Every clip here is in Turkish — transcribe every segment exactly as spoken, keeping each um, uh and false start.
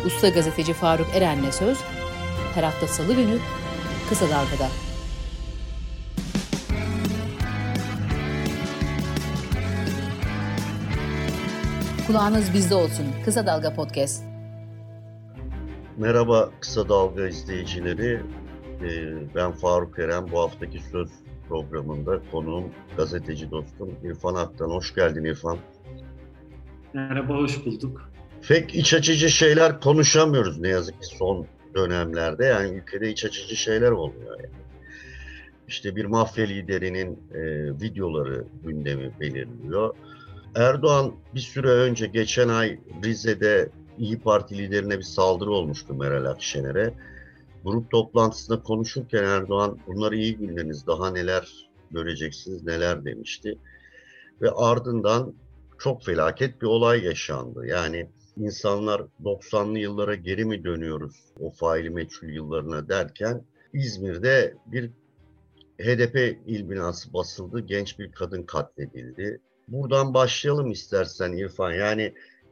Usta gazeteci Faruk Eren'le söz, her hafta Salı günü Kısa Dalga'da. Kulağınız bizde olsun. Kısa Dalga Podcast. Merhaba Kısa Dalga izleyicileri. Ben Faruk Eren. Bu haftaki söz programında konuğum gazeteci dostum İrfan Aktan. Hoş geldin İrfan. Merhaba, hoş bulduk. Pek iç açıcı şeyler konuşamıyoruz ne yazık ki son dönemlerde. Yani ülkede iç açıcı şeyler oluyor. Yani. İşte bir mafya liderinin e, videoları gündemi belirliyor. Erdoğan bir süre önce geçen ay Rize'de İYİ Parti liderine bir saldırı olmuştu, Meral Akşener'e. Grup toplantısında konuşurken Erdoğan, bunları iyi günleriniz, daha neler göreceksiniz, neler demişti. Ve ardından çok felaket bir olay yaşandı. Yani insanlar doksanlı yıllara geri mi dönüyoruz, o faili meçhul yıllarına derken İzmir'de bir H D P il binası basıldı, genç bir kadın katledildi. Buradan başlayalım istersen İrfan. Yani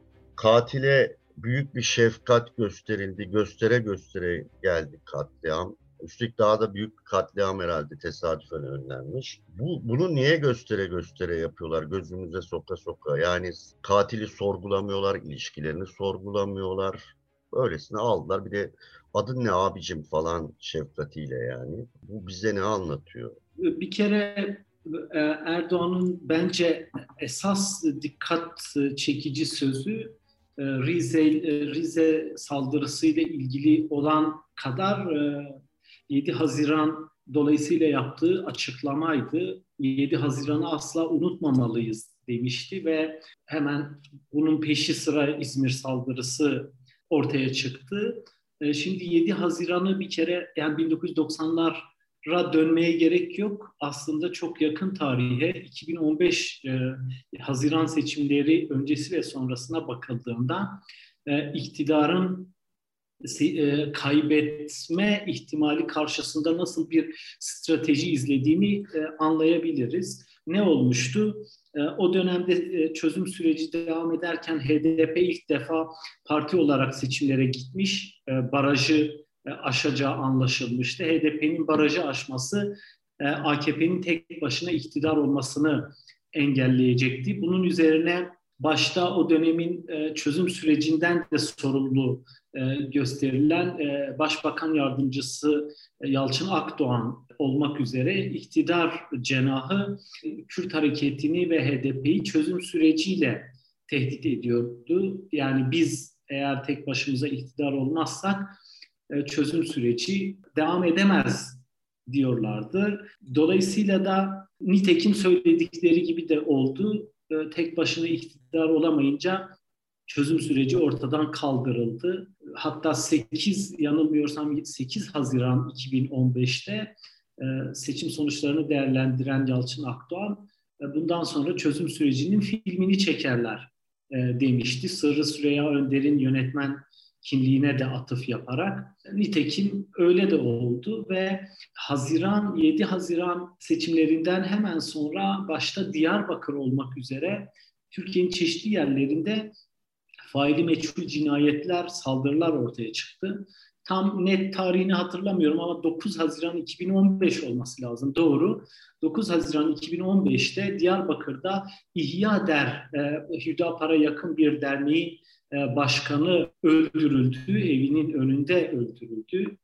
katile büyük bir şefkat gösterildi, göstere göstere geldi katliam. Üstelik daha da büyük bir katliam herhalde tesadüfen önlenmiş. Bu, bunu niye göstere göstere yapıyorlar, gözümüze soka soka? Yani katili sorgulamıyorlar, ilişkilerini sorgulamıyorlar. Öylesine aldılar. Bir de adın ne abicim falan şefkatiyle yani. Bu bize ne anlatıyor? Bir kere Erdoğan'ın bence esas dikkat çekici sözü Rize, Rize saldırısıyla ilgili olan kadar yedi Haziran dolayısıyla yaptığı açıklamaydı. yedi Haziran'ı asla unutmamalıyız demişti ve hemen bunun peşi sıra İzmir saldırısı ortaya çıktı. Şimdi yedi Haziran'ı bir kere, yani bin dokuz yüz doksanlar dönmeye gerek yok. Aslında çok yakın tarihe, iki bin on beş e, Haziran seçimleri öncesi ve sonrasına bakıldığında e, iktidarın e, kaybetme ihtimali karşısında nasıl bir strateji izlediğini e, anlayabiliriz. Ne olmuştu? E, o dönemde e, çözüm süreci devam ederken H D P ilk defa parti olarak seçimlere gitmiş, e, barajı aşacağı anlaşılmıştı. H D P'nin barajı aşması A K P'nin tek başına iktidar olmasını engelleyecekti. Bunun üzerine başta o dönemin çözüm sürecinden de sorumlu gösterilen Başbakan Yardımcısı Yalçın Akdoğan olmak üzere iktidar cenahı Kürt hareketini ve H D P'yi çözüm süreciyle tehdit ediyordu. Yani biz eğer tek başımıza iktidar olmazsak çözüm süreci devam edemez diyorlardı. Dolayısıyla da nitekim söyledikleri gibi de oldu. Tek başına iktidar olamayınca çözüm süreci ortadan kaldırıldı. Hatta sekiz yanılmıyorsam sekiz Haziran iki bin on beşte seçim sonuçlarını değerlendiren Yalçın Akdoğan bundan sonra çözüm sürecinin filmini çekerler demişti. Sırrı Süreyya Önder'in yönetmen kimliğine de atıf yaparak. Nitekim öyle de oldu ve Haziran, yedi Haziran seçimlerinden hemen sonra başta Diyarbakır olmak üzere Türkiye'nin çeşitli yerlerinde faili meçhul cinayetler, saldırılar ortaya çıktı. Tam net tarihini hatırlamıyorum ama dokuz Haziran iki bin on beş olması lazım. Doğru. dokuz Haziran iki bin on beşte Diyarbakır'da İhya Der, Hüdapar'a yakın bir derneğin başkanı öldürüldü. Evinin önünde öldürüldü.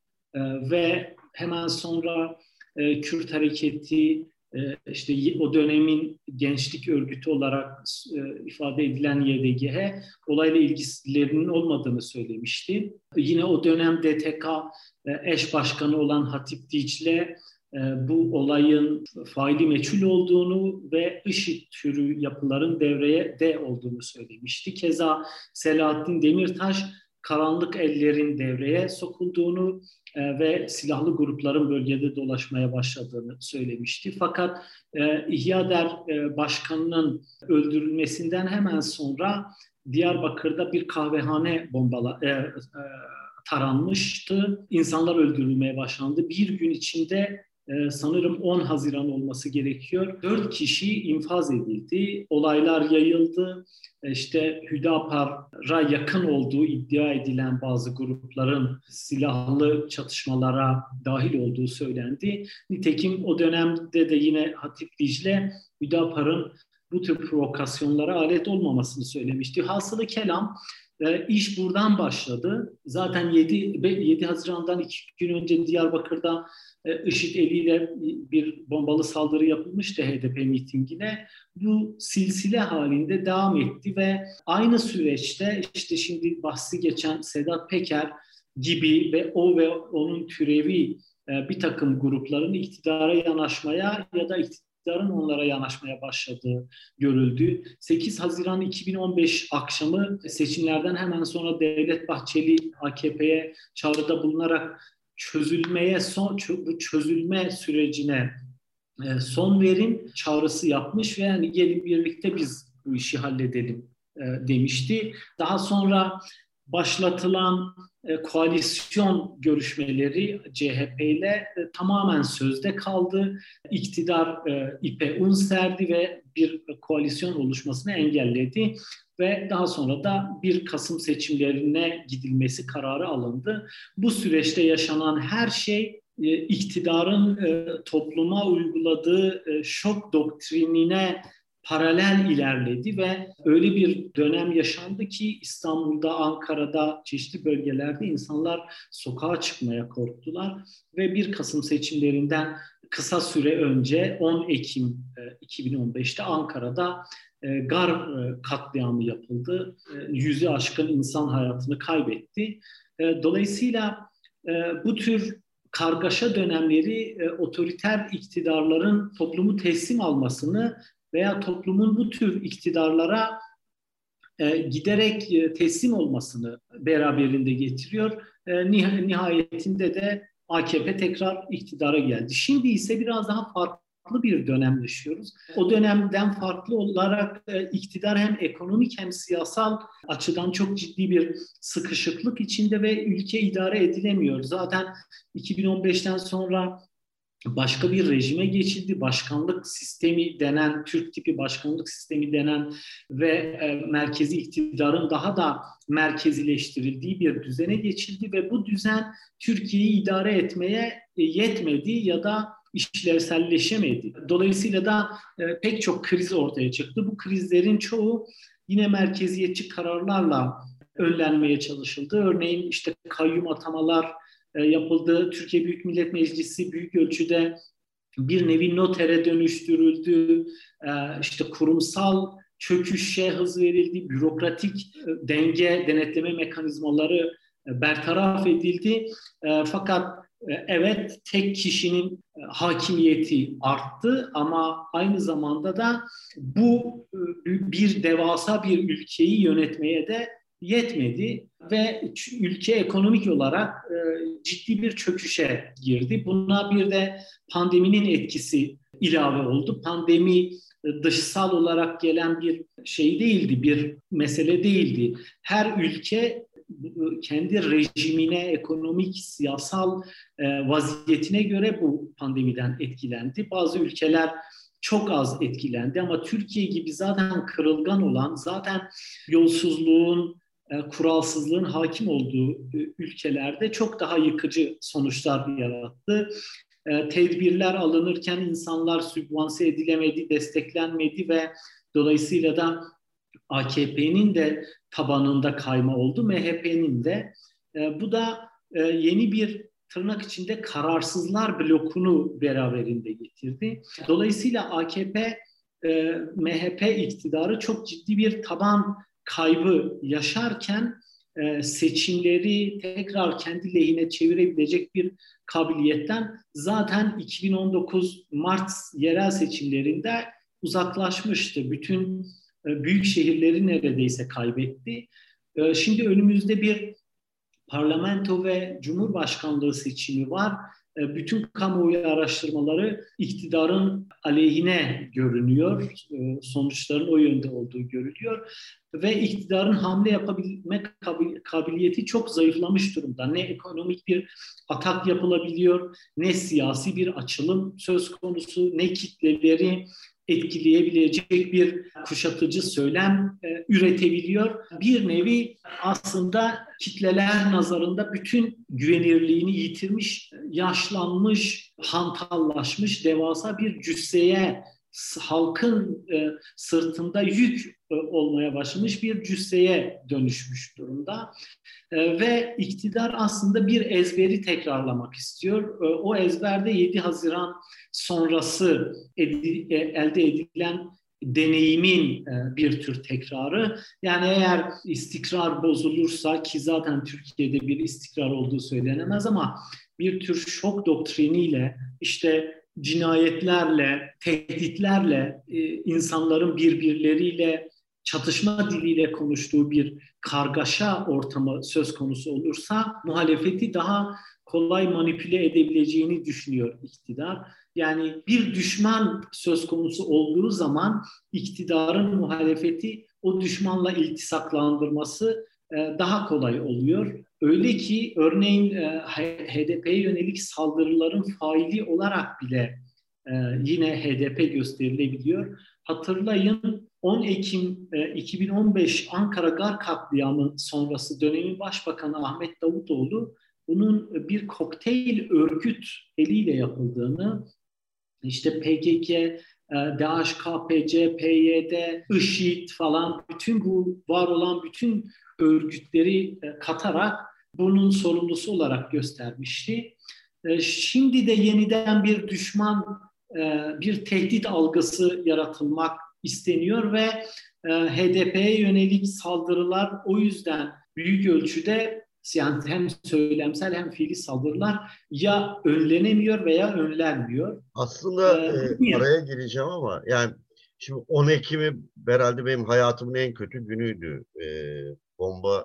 Ve hemen sonra Kürt hareketi, işte o dönemin gençlik örgütü olarak ifade edilen Y D G H olayla ilgilerinin olmadığını söylemişti. Yine o dönem D T K eş başkanı olan Hatip Dicle bu olayın faili meçhul olduğunu ve IŞİD türü yapıların devreye de olduğunu söylemişti. Keza Selahattin Demirtaş karanlık ellerin devreye sokulduğunu e, ve silahlı grupların bölgede dolaşmaya başladığını söylemişti. Fakat e, İhya Der e, Başkanı'nın öldürülmesinden hemen sonra Diyarbakır'da bir kahvehane bombala, e, e, taranmıştı. İnsanlar öldürülmeye başlandı. Bir gün içinde sanırım on Haziran olması gerekiyor. Dört kişi infaz edildi. Olaylar yayıldı. İşte Hüdapar'a yakın olduğu iddia edilen bazı grupların silahlı çatışmalara dahil olduğu söylendi. Nitekim o dönemde de yine Hatip Dicle Hüdapar'ın bu tür provokasyonlara alet olmamasını söylemişti. Hasılı kelam, iş buradan başladı. Zaten yedi Haziran'dan iki gün önce Diyarbakır'da IŞİD eliyle bir bombalı saldırı yapılmıştı H D P mitingine. Bu silsile halinde devam etti ve aynı süreçte işte şimdi bahsi geçen Sedat Peker gibi ve o ve onun türevi bir takım grupların iktidara yanaşmaya ya da iktidarın onlara yanaşmaya başladığı görüldü. sekiz Haziran iki bin on beş akşamı seçimlerden hemen sonra Devlet Bahçeli A K P'ye çağrıda bulunarak çözülmeye son bu çözülme sürecine son verin çağrısı yapmış ve yani gelin birlikte biz bu işi halledelim demişti. Daha sonra başlatılan koalisyon görüşmeleri C H P ile tamamen sözde kaldı. İktidar ipe un serdi ve bir koalisyon oluşmasını engelledi. Ve daha sonra da bir Kasım seçimlerine gidilmesi kararı alındı. Bu süreçte yaşanan her şey iktidarın topluma uyguladığı şok doktrinine paralel ilerledi ve öyle bir dönem yaşandı ki İstanbul'da, Ankara'da, çeşitli bölgelerde insanlar sokağa çıkmaya korktular ve bir Kasım seçimlerinden kısa süre önce on Ekim iki bin on beşte Ankara'da Gar katliamı yapıldı. Yüzü aşkın insan hayatını kaybetti. Dolayısıyla bu tür kargaşa dönemleri otoriter iktidarların toplumu teslim almasını veya toplumun bu tür iktidarlara giderek teslim olmasını beraberinde getiriyor. Nihayetinde de A K P tekrar iktidara geldi. Şimdi ise biraz daha farklı bir dönem yaşıyoruz. O dönemden farklı olarak iktidar hem ekonomik hem siyasal açıdan çok ciddi bir sıkışıklık içinde ve ülke idare edilemiyor. Zaten iki bin on beşten sonra başka bir rejime geçildi. Başkanlık sistemi denen, Türk tipi başkanlık sistemi denen ve e, merkezi iktidarın daha da merkezileştirildiği bir düzene geçildi ve bu düzen Türkiye'yi idare etmeye e, yetmedi ya da işlevselleşemedi. Dolayısıyla da e, pek çok kriz ortaya çıktı. Bu krizlerin çoğu yine merkeziyetçi kararlarla önlenmeye çalışıldı. Örneğin işte kayyum atamalar yapıldı. Türkiye Büyük Millet Meclisi büyük ölçüde bir nevi notere dönüştürüldü. İşte kurumsal çöküşe hız verildi. Bürokratik denge, denetleme mekanizmaları bertaraf edildi. Fakat evet, tek kişinin hakimiyeti arttı ama aynı zamanda da bu bir devasa bir ülkeyi yönetmeye de yetmedi ve ülke ekonomik olarak e, ciddi bir çöküşe girdi. Buna bir de pandeminin etkisi ilave oldu. Pandemi e, dışsal olarak gelen bir şey değildi, bir mesele değildi. Her ülke e, kendi rejimine, ekonomik, siyasal e, vaziyetine göre bu pandemiden etkilendi. Bazı ülkeler çok az etkilendi ama Türkiye gibi zaten kırılgan olan, zaten yolsuzluğun, kuralsızlığın hakim olduğu ülkelerde çok daha yıkıcı sonuçlar yarattı. Tedbirler alınırken insanlar sübvanse edilemedi, desteklenmedi ve dolayısıyla da A K P'nin de tabanında kayma oldu, M H P'nin de. Bu da yeni bir tırnak içinde kararsızlar blokunu beraberinde getirdi. Dolayısıyla A K P, M H P iktidarı çok ciddi bir taban kaybı yaşarken e, seçimleri tekrar kendi lehine çevirebilecek bir kabiliyetten zaten iki bin on dokuz Mart yerel seçimlerinde uzaklaşmıştı. Bütün e, büyük şehirleri neredeyse kaybetti. E, şimdi önümüzde bir parlamento ve cumhurbaşkanlığı seçimi var. bütün kamuoyu araştırmaları iktidarın aleyhine görünüyor. Sonuçların o yönde olduğu görülüyor. Ve iktidarın hamle yapabilme kabiliyeti çok zayıflamış durumda. Ne ekonomik bir atak yapılabiliyor, ne siyasi bir açılım söz konusu, ne kitleleri etkileyebilecek bir kuşatıcı söylem e, üretebiliyor. Bir nevi aslında kitleler nazarında bütün güvenirliğini yitirmiş, yaşlanmış, hantallaşmış, devasa bir cüsseye, halkın e, sırtında yük e, olmaya başlamış bir cüsseye dönüşmüş durumda. E, ve iktidar aslında bir ezberi tekrarlamak istiyor. E, o ezberde yedi Haziran sonrası edi, e, elde edilen deneyimin e, bir tür tekrarı. Yani eğer istikrar bozulursa, ki zaten Türkiye'de bir istikrar olduğu söylenemez, ama bir tür şok doktriniyle, işte cinayetlerle, tehditlerle, e, insanların birbirleriyle çatışma diliyle konuştuğu bir kargaşa ortamı söz konusu olursa, muhalefeti daha kolay manipüle edebileceğini düşünüyor iktidar. Yani bir düşman söz konusu olduğu zaman iktidarın muhalefeti o düşmanla iltisaklandırması e, daha kolay oluyor. Öyle ki örneğin e, H D P'ye yönelik saldırıların faili olarak bile e, yine H D P gösterilebiliyor. Hatırlayın, on Ekim iki bin on beş Ankara Gar katliamı sonrası dönemin Başbakanı Ahmet Davutoğlu bunun bir kokteyl örgüt eliyle yapıldığını, işte P K K, D H K P C, P Y D, IŞİD falan, bütün bu var olan bütün örgütleri katarak bunun sorumlusu olarak göstermişti. Şimdi de yeniden bir düşman, bir tehdit algısı yaratılmak isteniyor ve H D P'ye yönelik saldırılar o yüzden büyük ölçüde, yani hem söylemsel hem fiili saldırılar ya önlenemiyor veya önlenmiyor. Aslında ee, e, araya gireceğim ama yani şimdi on Ekim'i herhalde benim hayatımın en kötü günüydü. E, bomba,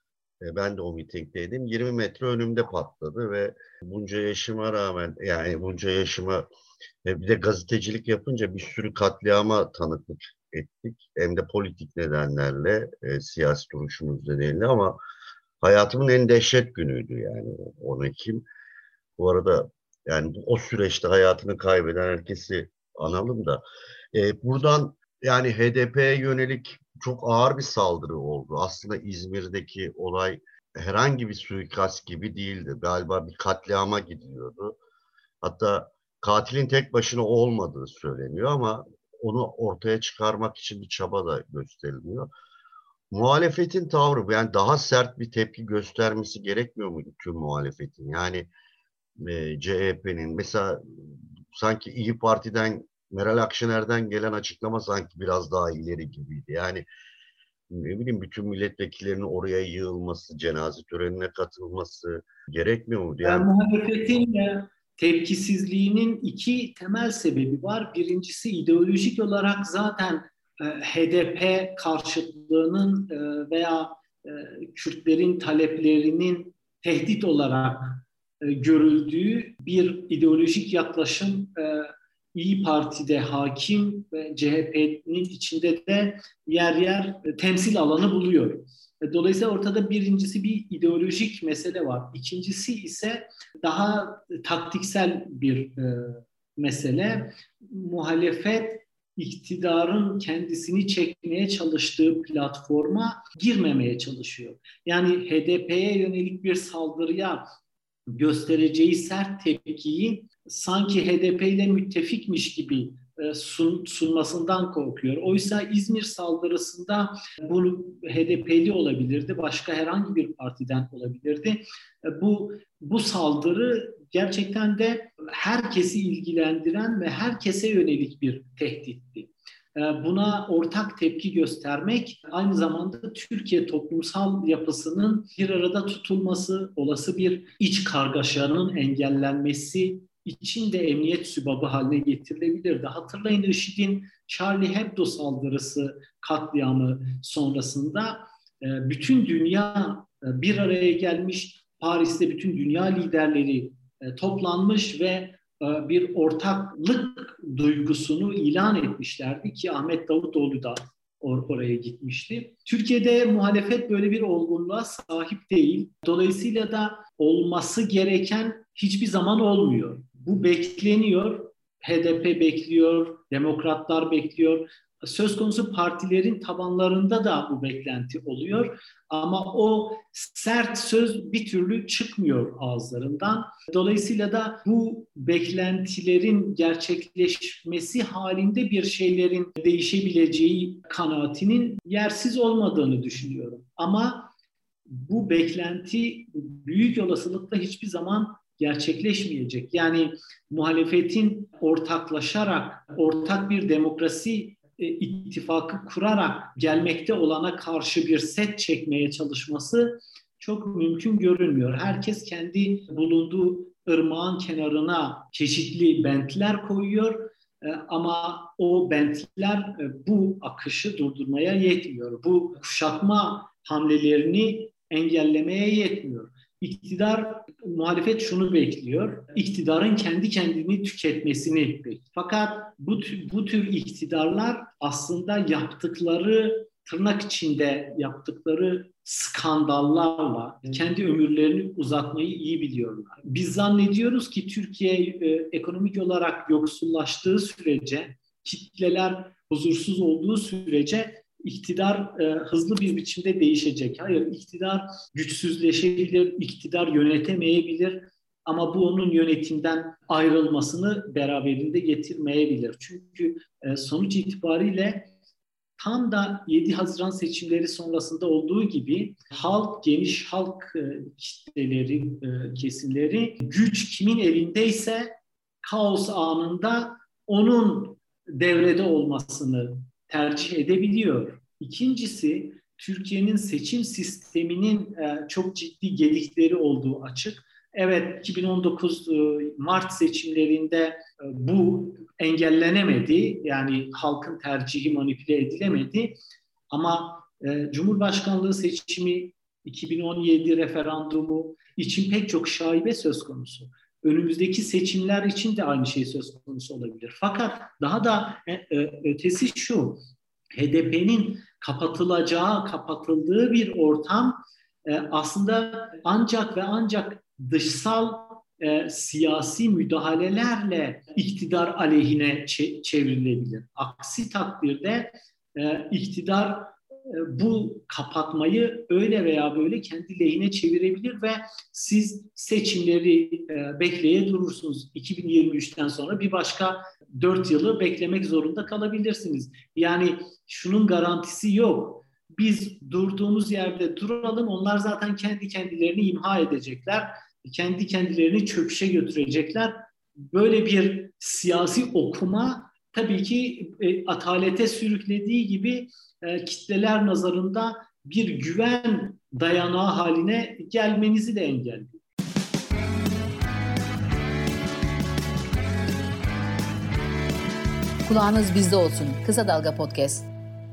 e, ben de o mitingdeydim. yirmi metre önümde patladı ve bunca yaşıma rağmen, yani bunca yaşıma e, bir de gazetecilik yapınca bir sürü katliama tanıklık ettik. Hem de politik nedenlerle, e, siyasi duruşumuz nedeniyle, ama hayatımın en dehşet günüydü yani on Ekim. Bu arada yani o süreçte hayatını kaybeden herkesi analım da. E, buradan yani H D P'ye yönelik çok ağır bir saldırı oldu. Aslında İzmir'deki olay herhangi bir suikast gibi değildi. Galiba bir katliama gidiliyordu. Hatta katilin tek başına olmadığı söyleniyor ama onu ortaya çıkarmak için bir çaba da gösteriliyor. Muhalefetin tavrı, yani daha sert bir tepki göstermesi gerekmiyor muydu tüm muhalefetin? Yani e, C H P'nin mesela, sanki İyi Parti'den, Meral Akşener'den gelen açıklama sanki biraz daha ileri gibiydi. Yani ne bileyim, bütün milletvekillerinin oraya yığılması, cenaze törenine katılması gerekmiyor muydu? Yani, yani muhalefetin tepkisizliğinin iki temel sebebi var. Birincisi, ideolojik olarak zaten e, H D P karşıtlığının e, veya e, Kürtlerin taleplerinin tehdit olarak e, görüldüğü bir ideolojik yaklaşım e, İyi Parti'de hakim ve C H P'nin içinde de yer yer e, temsil alanı buluyor. Dolayısıyla ortada birincisi bir ideolojik mesele var. İkincisi ise daha taktiksel bir e, mesele. Muhalefet iktidarın kendisini çekmeye çalıştığı platforma girmemeye çalışıyor. Yani H D P'ye yönelik bir saldırıya göstereceği sert tepkiyi sanki H D P ile müttefikmiş gibi sun, sunmasından korkuyor. Oysa İzmir saldırısında bu H D P'li olabilirdi, başka herhangi bir partiden olabilirdi. Bu bu saldırı gerçekten de herkesi ilgilendiren ve herkese yönelik bir tehditti. Buna ortak tepki göstermek aynı zamanda Türkiye toplumsal yapısının bir arada tutulması, olası bir iç kargaşanın engellenmesi için de emniyet sübabı haline getirilebilirdi. Hatırlayın, IŞİD'in Charlie Hebdo saldırısı, katliamı sonrasında bütün dünya bir araya gelmiş, Paris'te bütün dünya liderleri e, toplanmış ve e, bir ortaklık duygusunu ilan etmişlerdi ki Ahmet Davutoğlu da or- oraya gitmişti. Türkiye'de muhalefet böyle bir olgunluğa sahip değil. Dolayısıyla da olması gereken hiçbir zaman olmuyor. Bu bekleniyor. H D P bekliyor, demokratlar bekliyor. Söz konusu partilerin tabanlarında da bu beklenti oluyor. Ama o sert söz bir türlü çıkmıyor ağızlarından. Dolayısıyla da bu beklentilerin gerçekleşmesi halinde bir şeylerin değişebileceği kanaatinin yersiz olmadığını düşünüyorum. Ama bu beklenti büyük olasılıkla hiçbir zaman gerçekleşmeyecek. Yani muhalefetin ortaklaşarak, ortak bir demokrasi e, ittifakı kurarak gelmekte olana karşı bir set çekmeye çalışması çok mümkün görünmüyor. Herkes kendi bulunduğu ırmağın kenarına çeşitli bentler koyuyor. E, ama o bentler e, bu akışı durdurmaya yetmiyor. Bu kuşatma hamlelerini engellemeye yetmiyor. İktidar, muhalefet şunu bekliyor. İktidarın kendi kendini tüketmesini bekliyor. Fakat bu, bu tür iktidarlar aslında yaptıkları, tırnak içinde yaptıkları skandallarla kendi ömürlerini uzatmayı iyi biliyorlar. Biz zannediyoruz ki Türkiye e, ekonomik olarak yoksullaştığı sürece, kitleler huzursuz olduğu sürece İktidar e, hızlı bir biçimde değişecek. Hayır, iktidar güçsüzleşebilir, iktidar yönetemeyebilir ama bu onun yönetimden ayrılmasını beraberinde getirmeyebilir. Çünkü e, sonuç itibariyle tam da yedi Haziran seçimleri sonrasında olduğu gibi halk, geniş halk e, kitleleri, e, kesimleri güç kimin elindeyse kaos anında onun devrede olmasını tercih edebiliyor. İkincisi, Türkiye'nin seçim sisteminin e, çok ciddi gedikleri olduğu açık. Evet, iki bin on dokuz e, Mart seçimlerinde e, bu engellenemedi. Yani halkın tercihi manipüle edilemedi. Ama e, Cumhurbaşkanlığı seçimi, iki bin on yedi referandumu için pek çok şaibe söz konusu. Önümüzdeki seçimler için de aynı şey söz konusu olabilir. Fakat daha da ötesi şu, H D P'nin kapatılacağı, kapatıldığı bir ortam aslında ancak ve ancak dışsal e, siyasi müdahalelerle iktidar aleyhine çevrilebilir. Aksi takdirde e, iktidar bu kapatmayı öyle veya böyle kendi lehine çevirebilir ve siz seçimleri e, bekleye durursunuz. iki bin yirmi üçten sonra bir başka dört yılı beklemek zorunda kalabilirsiniz. Yani şunun garantisi yok. Biz durduğumuz yerde duralım, onlar zaten kendi kendilerini imha edecekler, kendi kendilerini çöküşe götürecekler. Böyle bir siyasi okuma tabii ki e, atalete sürüklediği gibi e, kitleler nazarında bir güven dayanağı haline gelmenizi de engelliyor. Kulağınız bizde olsun. Kısa Dalga Podcast.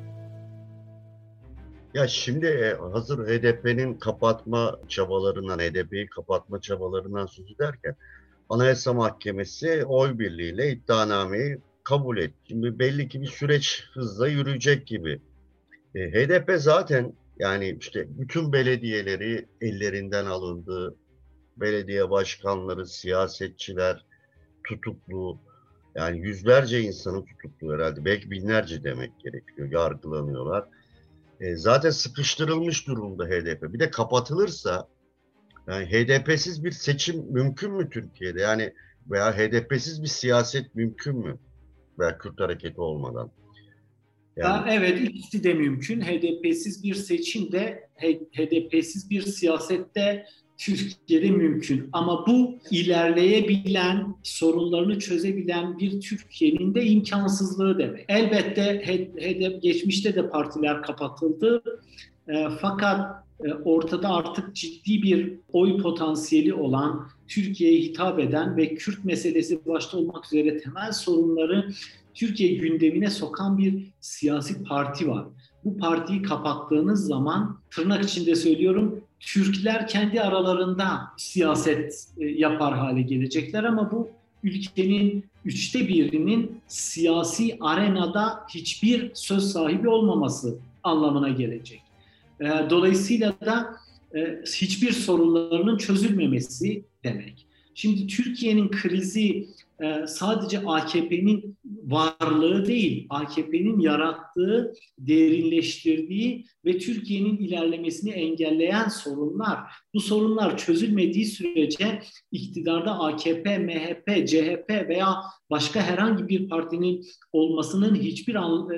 Ya şimdi hazır H D P'nin kapatma çabalarından, H D P'yi kapatma çabalarından söz ederken Anayasa Mahkemesi oy birliğiyle iddianameyi kabul etti. Şimdi belli ki bir süreç hızla yürüyecek gibi. E, H D P zaten yani işte bütün belediyeleri ellerinden alındı. Belediye başkanları, siyasetçiler tutuklu. Yani yüzlerce insanı tutuklu herhalde. Belki binlerce demek gerekiyor. Yargılanıyorlar. E, zaten sıkıştırılmış durumda H D P. Bir de kapatılırsa yani H D P'siz bir seçim mümkün mü Türkiye'de? Yani veya H D P'siz bir siyaset mümkün mü? Veya Kürt hareketi olmadan. Yani... Ha, evet, ikisi de mümkün. H D P'siz bir seçim de H D P'siz bir siyasette Türkiye'de mümkün. Ama bu ilerleyebilen, sorunlarını çözebilen bir Türkiye'nin de imkansızlığı demek. Elbette H D P geçmişte de partiler kapatıldı. E, fakat e, ortada artık ciddi bir oy potansiyeli olan, Türkiye'ye hitap eden ve Kürt meselesi başta olmak üzere temel sorunları Türkiye gündemine sokan bir siyasi parti var. Bu partiyi kapattığınız zaman, tırnak içinde söylüyorum, Türkler kendi aralarında siyaset yapar hale gelecekler ama bu ülkenin üçte birinin siyasi arenada hiçbir söz sahibi olmaması anlamına gelecek. Dolayısıyla da hiçbir sorunlarının çözülmemesi demek. Şimdi Türkiye'nin krizi sadece A K P'nin varlığı değil, A K P'nin yarattığı, derinleştirdiği ve Türkiye'nin ilerlemesini engelleyen sorunlar. Bu sorunlar çözülmediği sürece iktidarda A K P, M H P, C H P veya başka herhangi bir partinin olmasının hiçbir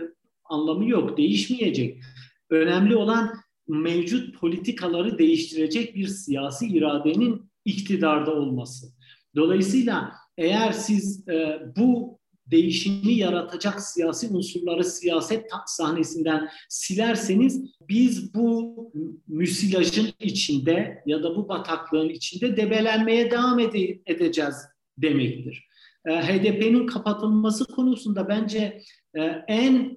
anlamı yok, değişmeyecek. Önemli olan mevcut politikaları değiştirecek bir siyasi iradenin iktidarda olması. Dolayısıyla eğer siz e, bu değişimi yaratacak siyasi unsurları siyaset sahnesinden silerseniz biz bu müsilajın içinde ya da bu bataklığın içinde debelenmeye devam ede- edeceğiz demektir. E, H D P'nin kapatılması konusunda bence e, en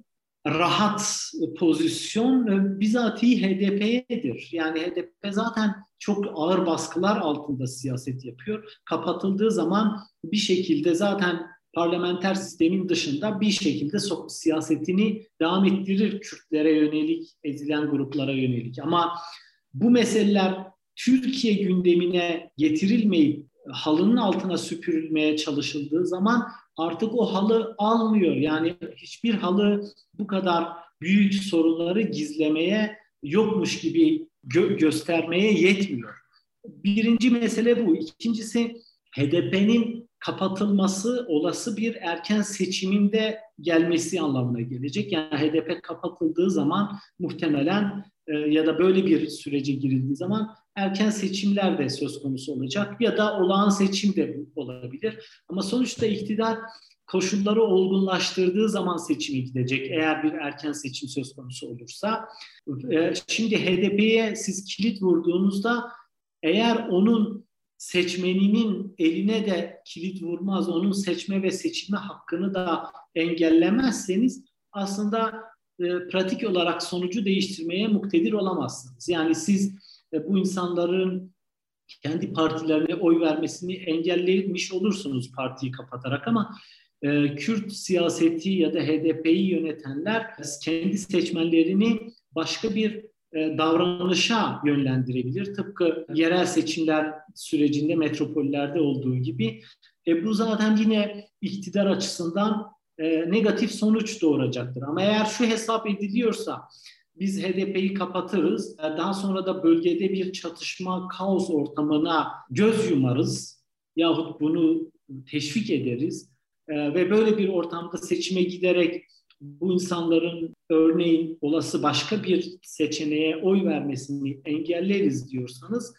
rahat pozisyon e, bizatihi H D P'yedir. Yani H D P zaten çok ağır baskılar altında siyaset yapıyor. Kapatıldığı zaman bir şekilde zaten parlamenter sistemin dışında bir şekilde so- siyasetini devam ettirir Kürtlere yönelik, ezilen gruplara yönelik. Ama bu meseleler Türkiye gündemine getirilmeyip halının altına süpürülmeye çalışıldığı zaman artık o halı almıyor. Yani hiçbir halı bu kadar büyük sorunları gizlemeye, yokmuş gibi gö- göstermeye yetmiyor. Birinci mesele bu. İkincisi H D P'nin kapatılması olası bir erken seçiminde gelmesi anlamına gelecek. Yani H D P kapatıldığı zaman muhtemelen e, ya da böyle bir sürece girildiği zaman erken seçimler de söz konusu olacak ya da olağan seçim de olabilir. Ama sonuçta iktidar koşulları olgunlaştırdığı zaman seçime gidecek eğer bir erken seçim söz konusu olursa. E, şimdi H D P'ye siz kilit vurduğunuzda eğer onun seçmeninin eline de kilit vurmaz, onun seçme ve seçilme hakkını da engellemezseniz aslında e, pratik olarak sonucu değiştirmeye muktedir olamazsınız. Yani siz e, bu insanların kendi partilerine oy vermesini engellemiş olursunuz partiyi kapatarak ama e, Kürt siyaseti ya da H D P'yi yönetenler kendi seçmenlerini başka bir e, davranışa yönlendirebilir. Tıpkı yerel seçimler sürecinde metropollerde olduğu gibi. E, bu zaten yine iktidar açısından e, negatif sonuç doğuracaktır. Ama eğer şu hesap ediliyorsa biz H D P'yi kapatırız, daha sonra da bölgede bir çatışma, kaos ortamına göz yumarız yahut bunu teşvik ederiz e, ve böyle bir ortamda seçime giderek bu insanların örneğin olası başka bir seçeneğe oy vermesini engelleriz diyorsanız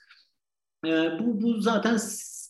e, bu, bu zaten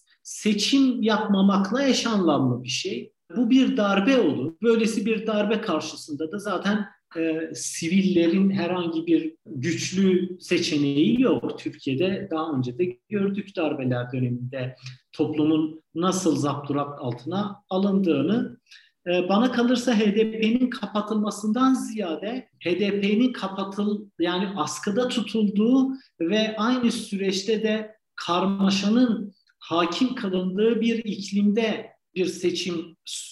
seçim yapmamakla eş anlamlı bir şey. Bu bir darbe olur. Böylesi bir darbe karşısında da zaten e, sivillerin herhangi bir güçlü seçeneği yok. Türkiye'de daha önce de gördük darbeler döneminde toplumun nasıl zapturapt altına alındığını. E, bana kalırsa H D P'nin kapatılmasından ziyade H D P'nin kapatıl yani askıda tutulduğu ve aynı süreçte de karmaşanın hakim kılındığı bir iklimde bir seçim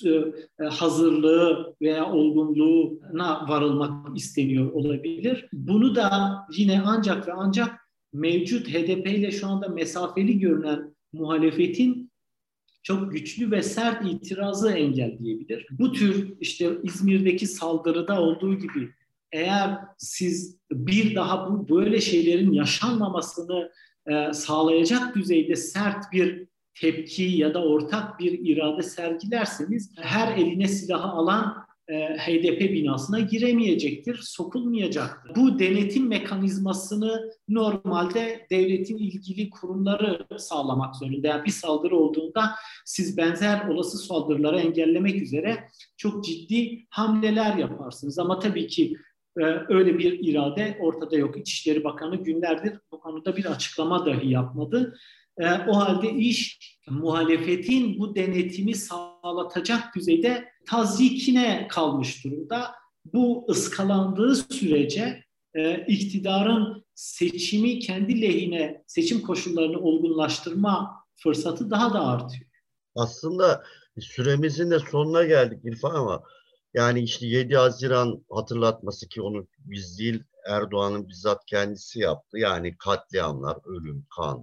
hazırlığı veya olgunluğuna varılmak isteniyor olabilir. Bunu da yine ancak ve ancak mevcut H D P ile şu anda mesafeli görünen muhalefetin çok güçlü ve sert itirazı engelleyebilir. Bu tür işte İzmir'deki saldırıda olduğu gibi eğer siz bir daha bu böyle şeylerin yaşanmamasını e, sağlayacak düzeyde sert bir tepki ya da ortak bir irade sergilerseniz her eline silahı alan e, H D P binasına giremeyecektir, sokulmayacaktır. Bu denetim mekanizmasını normalde devletin ilgili kurumları sağlamak zorunda. Yani bir saldırı olduğunda siz benzer olası saldırıları engellemek üzere çok ciddi hamleler yaparsınız. Ama tabii ki e, öyle bir irade ortada yok. İçişleri Bakanı günlerdir bu konuda bir açıklama dahi yapmadı. E, o halde iş muhalefetin bu denetimi sağlatacak düzeyde tazyikine kalmış durumda. Bu ıskalandığı sürece e, iktidarın seçimi kendi lehine, seçim koşullarını olgunlaştırma fırsatı daha da artıyor. Aslında süremizin de sonuna geldik İrfan, ama yani işte yedi Haziran hatırlatması, ki onu biz değil Erdoğan'ın bizzat kendisi yaptı. Yani katliamlar, ölüm, kan,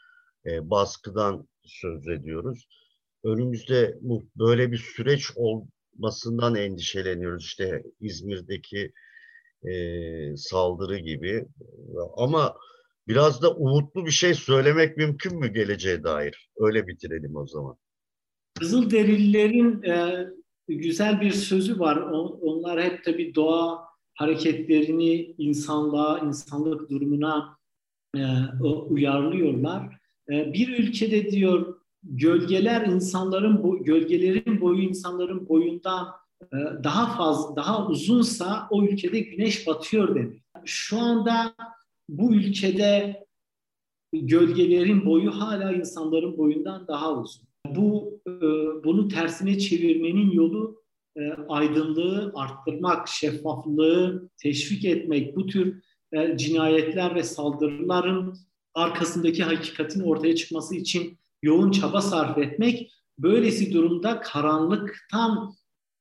e, baskıdan söz ediyoruz. Önümüzde bu böyle bir süreç olmasından endişeleniyoruz. İşte İzmir'deki e, saldırı gibi. Ama biraz da umutlu bir şey söylemek mümkün mü geleceğe dair? Öyle bitirelim o zaman. Kızılderililerin e, güzel bir sözü var. O, onlar hep tabii doğa hareketlerini insanlığa, insanlık durumuna e, uyarlıyorlar. E, bir ülkede diyor gölgeler insanların bo- gölgelerin boyu insanların boyundan e, daha fazla, daha uzunsa o ülkede güneş batıyor demek. Şu anda bu ülkede gölgelerin boyu hala insanların boyundan daha uzun. Bu e, bunu tersine çevirmenin yolu e, aydınlığı arttırmak, şeffaflığı teşvik etmek, bu tür e, cinayetler ve saldırıların arkasındaki hakikatin ortaya çıkması için yoğun çaba sarf etmek. Böylesi durumda karanlıktan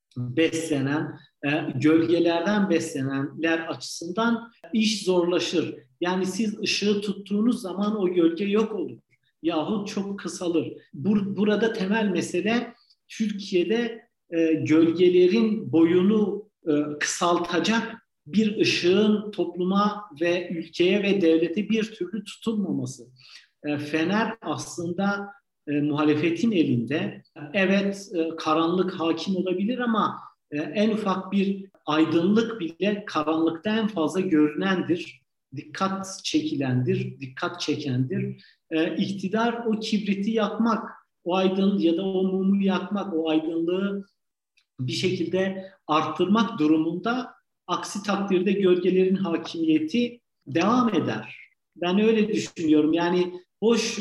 beslenen, e, gölgelerden beslenenler açısından iş zorlaşır. Yani siz ışığı tuttuğunuz zaman o gölge yok olur yahut çok kısalır. Bur- burada temel mesele Türkiye'de e, gölgelerin boyunu e, kısaltacak bir ışığın topluma ve ülkeye ve devlete bir türlü tutulmaması. E, Fener aslında e, muhalefetin elinde. Evet, e, karanlık hakim olabilir ama e, en ufak bir aydınlık bile karanlıkta en fazla görünendir. Dikkat çekilendir, dikkat çekendir. E, iktidar o kibriti yakmak, o aydın ya da o mumu yakmak, o aydınlığı bir şekilde arttırmak durumunda, aksi takdirde gölgelerin hakimiyeti devam eder. Ben öyle düşünüyorum. Yani boş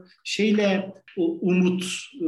şeyle umut,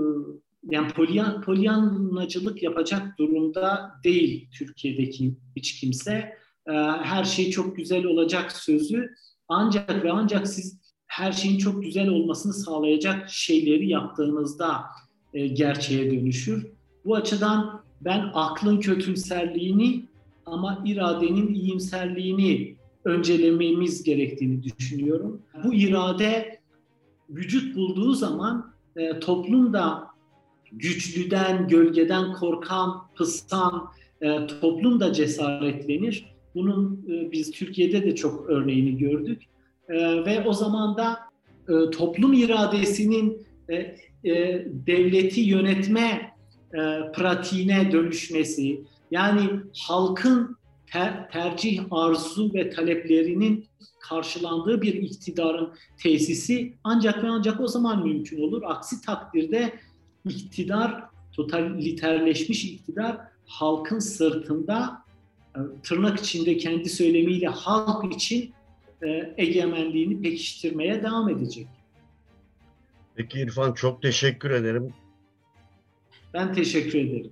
yani polyan, polyanlacılık yapacak durumda değil Türkiye'deki hiç kimse. Her şey çok güzel olacak sözü ancak ve ancak siz her şeyin çok güzel olmasını sağlayacak şeyleri yaptığınızda gerçeğe dönüşür. Bu açıdan ben aklın kötümserliğini ama iradenin iyimserliğini öncelememiz gerektiğini düşünüyorum. Bu irade vücut bulduğu zaman e, toplumda güçlüden, gölgeden korkan, pısan e, toplum da cesaretlenir. Bunun e, biz Türkiye'de de çok örneğini gördük. E, ve o zaman da e, toplum iradesinin e, e, devleti yönetme e, pratiğine dönüşmesi, yani halkın ter, tercih, arzu ve taleplerinin karşılandığı bir iktidarın tesisi ancak ve ancak o zaman mümkün olur. Aksi takdirde iktidar, totaliterleşmiş iktidar halkın sırtında, tırnak içinde kendi söylemiyle halk için e, egemenliğini pekiştirmeye devam edecek. Peki İrfan, çok teşekkür ederim. Ben teşekkür ederim.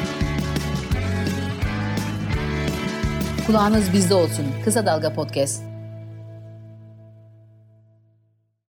Kulağınız bizde olsun. Kısa Dalga Podcast.